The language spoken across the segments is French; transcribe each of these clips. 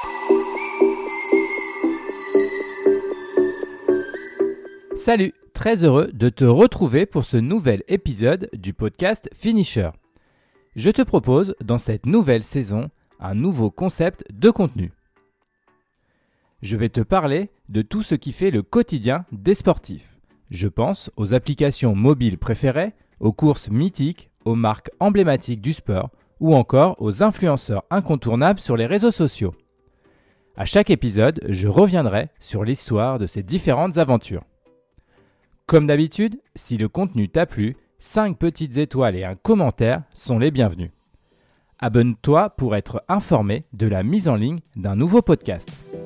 Salut, très heureux de te retrouver pour ce nouvel épisode du podcast Finisher. Je te propose dans cette nouvelle saison un nouveau concept de contenu. Je vais te parler de tout ce qui fait le quotidien des sportifs. Je pense aux applications mobiles préférées, aux courses mythiques, aux marques emblématiques du sport ou encore aux influenceurs incontournables sur les réseaux sociaux. À chaque épisode, je reviendrai sur l'histoire de ces différentes aventures. Comme d'habitude, si le contenu t'a plu, 5 petites étoiles et un commentaire sont les bienvenus. Abonne-toi pour être informé de la mise en ligne d'un nouveau podcast.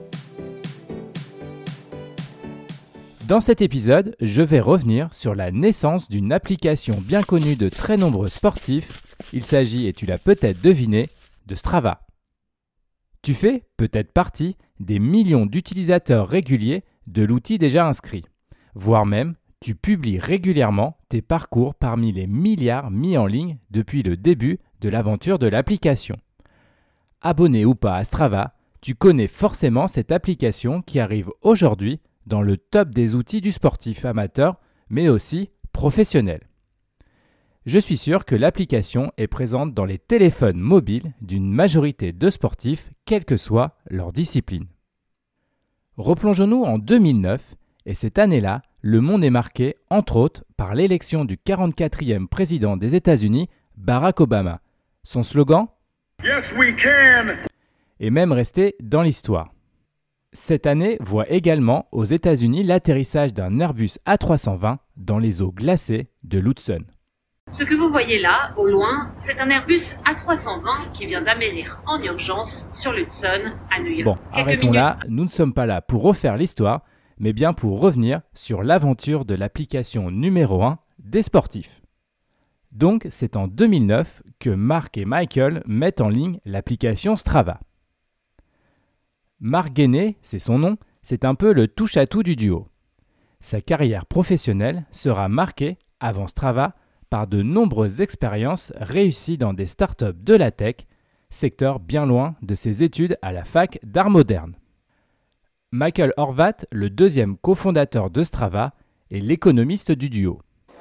Dans cet épisode, je vais revenir sur la naissance d'une application bien connue de très nombreux sportifs. Il s'agit, et tu l'as peut-être deviné, de Strava. Tu fais peut-être partie des millions d'utilisateurs réguliers de l'outil déjà inscrit, voire même tu publies régulièrement tes parcours parmi les milliards mis en ligne depuis le début de l'aventure de l'application. Abonné ou pas à Strava, tu connais forcément cette application qui arrive aujourd'hui dans le top des outils du sportif amateur, mais aussi professionnel. Je suis sûr que l'application est présente dans les téléphones mobiles d'une majorité de sportifs, quelle que soit leur discipline. Replongeons-nous en 2009, et cette année-là, le monde est marqué, entre autres, par l'élection du 44e président des États-Unis, Barack Obama. Son slogan « Yes, we can » est même resté dans l'histoire. Cette année voit également aux États-Unis l'atterrissage d'un Airbus A320 dans les eaux glacées de l'Hudson. Ce que vous voyez là, au loin, c'est un Airbus A320 qui vient d'atterrir en urgence sur l'Hudson à New York. Bon, arrêtons là, nous ne sommes pas là pour refaire l'histoire, mais bien pour revenir sur l'aventure de l'application numéro 1 des sportifs. Donc, c'est en 2009 que Mark et Michael mettent en ligne l'application Strava. Mark Gainey, c'est son nom, c'est un peu le touche-à-tout du duo. Sa carrière professionnelle sera marquée, avant Strava, par de nombreuses expériences réussies dans des startups de la tech, secteur bien loin de ses études à la fac d'art moderne. Michael Horvat, le deuxième cofondateur de Strava, est l'économiste du duo.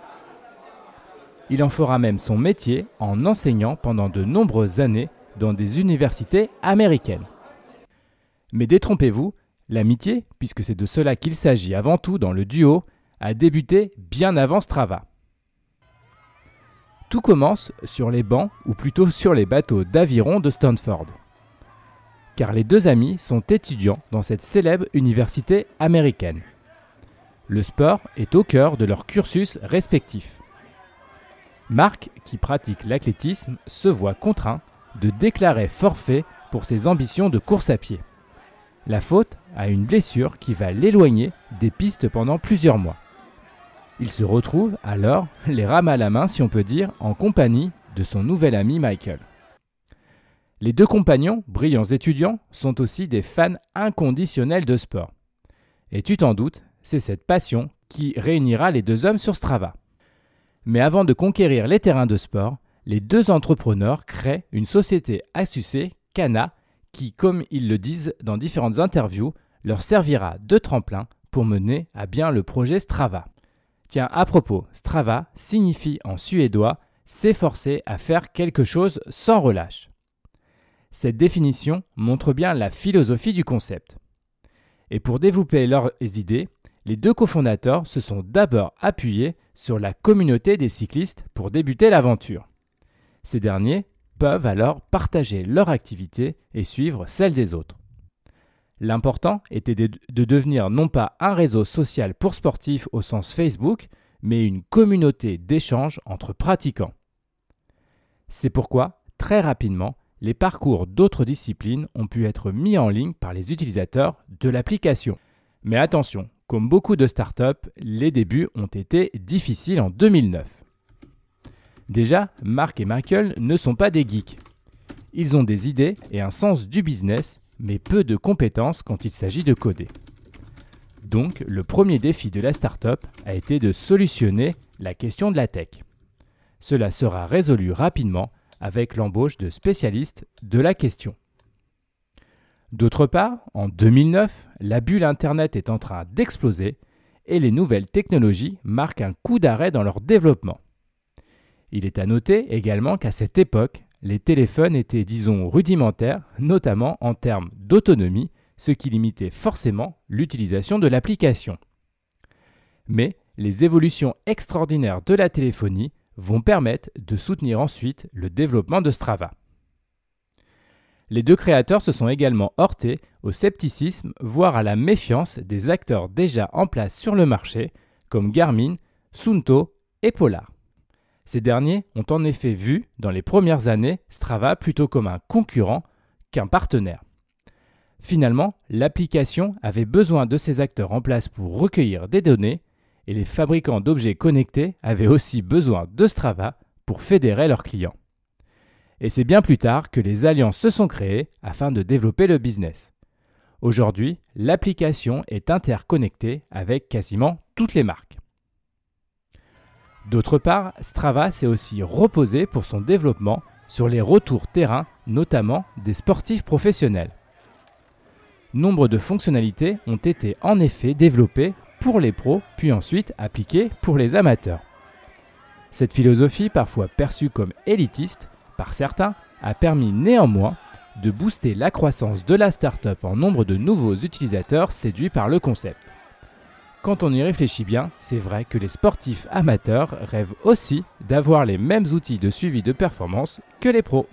Il en fera même son métier en enseignant pendant de nombreuses années dans des universités américaines. Mais détrompez-vous, l'amitié, puisque c'est de cela qu'il s'agit avant tout dans le duo, a débuté bien avant Strava. Tout commence sur les bancs, ou plutôt sur les bateaux d'aviron de Stanford. Car les deux amis sont étudiants dans cette célèbre université américaine. Le sport est au cœur de leur cursus respectif. Mark, qui pratique l'athlétisme, se voit contraint de déclarer forfait pour ses ambitions de course à pied. La faute à une blessure qui va l'éloigner des pistes pendant plusieurs mois. Il se retrouve alors, les rames à la main si on peut dire, en compagnie de son nouvel ami Michael. Les deux compagnons, brillants étudiants, sont aussi des fans inconditionnels de sport. Et tu t'en doutes, c'est cette passion qui réunira les deux hommes sur Strava. Mais avant de conquérir les terrains de sport, les deux entrepreneurs créent une société à succès, Kana, qui, comme ils le disent dans différentes interviews, leur servira de tremplin pour mener à bien le projet Strava. Tiens, à propos, Strava signifie en suédois « s'efforcer à faire quelque chose sans relâche ». Cette définition montre bien la philosophie du concept. Et pour développer leurs idées, les deux cofondateurs se sont d'abord appuyés sur la communauté des cyclistes pour débuter l'aventure. Ces derniers peuvent alors partager leur activité et suivre celle des autres. L'important était de devenir non pas un réseau social pour sportifs au sens Facebook, mais une communauté d'échange entre pratiquants. C'est pourquoi, très rapidement, les parcours d'autres disciplines ont pu être mis en ligne par les utilisateurs de l'application. Mais attention, comme beaucoup de startups, les débuts ont été difficiles en 2009. Déjà, Mark et Michael ne sont pas des geeks. Ils ont des idées et un sens du business, mais peu de compétences quand il s'agit de coder. Donc, le premier défi de la startup a été de solutionner la question de la tech. Cela sera résolu rapidement avec l'embauche de spécialistes de la question. D'autre part, en 2009, la bulle Internet est en train d'exploser et les nouvelles technologies marquent un coup d'arrêt dans leur développement. Il est à noter également qu'à cette époque, les téléphones étaient, disons, rudimentaires, notamment en termes d'autonomie, ce qui limitait forcément l'utilisation de l'application. Mais les évolutions extraordinaires de la téléphonie vont permettre de soutenir ensuite le développement de Strava. Les deux créateurs se sont également heurtés au scepticisme, voire à la méfiance des acteurs déjà en place sur le marché, comme Garmin, Suunto et Polar. Ces derniers ont en effet vu, dans les premières années, Strava plutôt comme un concurrent qu'un partenaire. Finalement, l'application avait besoin de ces acteurs en place pour recueillir des données, et les fabricants d'objets connectés avaient aussi besoin de Strava pour fédérer leurs clients. Et c'est bien plus tard que les alliances se sont créées afin de développer le business. Aujourd'hui, l'application est interconnectée avec quasiment toutes les marques. D'autre part, Strava s'est aussi reposé pour son développement sur les retours terrain, notamment des sportifs professionnels. Nombre de fonctionnalités ont été en effet développées pour les pros, puis ensuite appliquées pour les amateurs. Cette philosophie, parfois perçue comme élitiste par certains, a permis néanmoins de booster la croissance de la start-up en nombre de nouveaux utilisateurs séduits par le concept. Quand on y réfléchit bien, c'est vrai que les sportifs amateurs rêvent aussi d'avoir les mêmes outils de suivi de performance que les pros.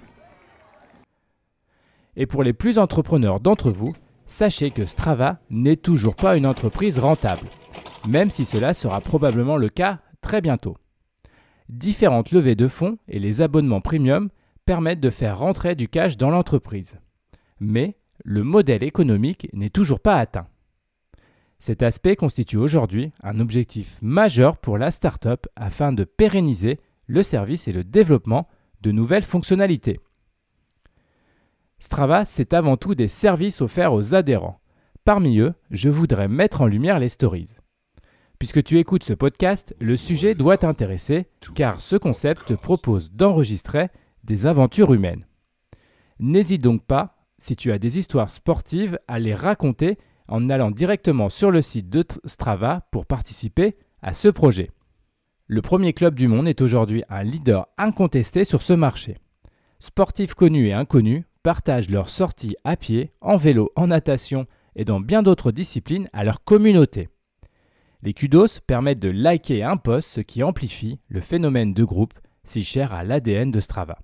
Et pour les plus entrepreneurs d'entre vous, sachez que Strava n'est toujours pas une entreprise rentable, même si cela sera probablement le cas très bientôt. Différentes levées de fonds et les abonnements premium permettent de faire rentrer du cash dans l'entreprise. Mais le modèle économique n'est toujours pas atteint. Cet aspect constitue aujourd'hui un objectif majeur pour la start-up afin de pérenniser le service et le développement de nouvelles fonctionnalités. Strava, c'est avant tout des services offerts aux adhérents. Parmi eux, je voudrais mettre en lumière les stories. Puisque tu écoutes ce podcast, le sujet doit t'intéresser car ce concept te propose d'enregistrer des aventures humaines. N'hésite donc pas, si tu as des histoires sportives, à les raconter en allant directement sur le site de Strava pour participer à ce projet. Le premier club du monde est aujourd'hui un leader incontesté sur ce marché. Sportifs connus et inconnus partagent leurs sorties à pied, en vélo, en natation et dans bien d'autres disciplines à leur communauté. Les kudos permettent de liker un post, ce qui amplifie le phénomène de groupe si cher à l'ADN de Strava.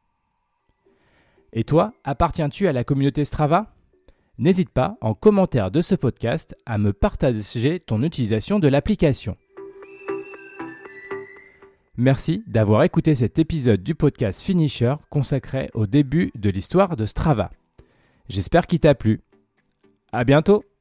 Et toi, appartiens-tu à la communauté Strava ? N'hésite pas, en commentaire de ce podcast, à me partager ton utilisation de l'application. Merci d'avoir écouté cet épisode du podcast Finisher consacré au début de l'histoire de Strava. J'espère qu'il t'a plu. À bientôt!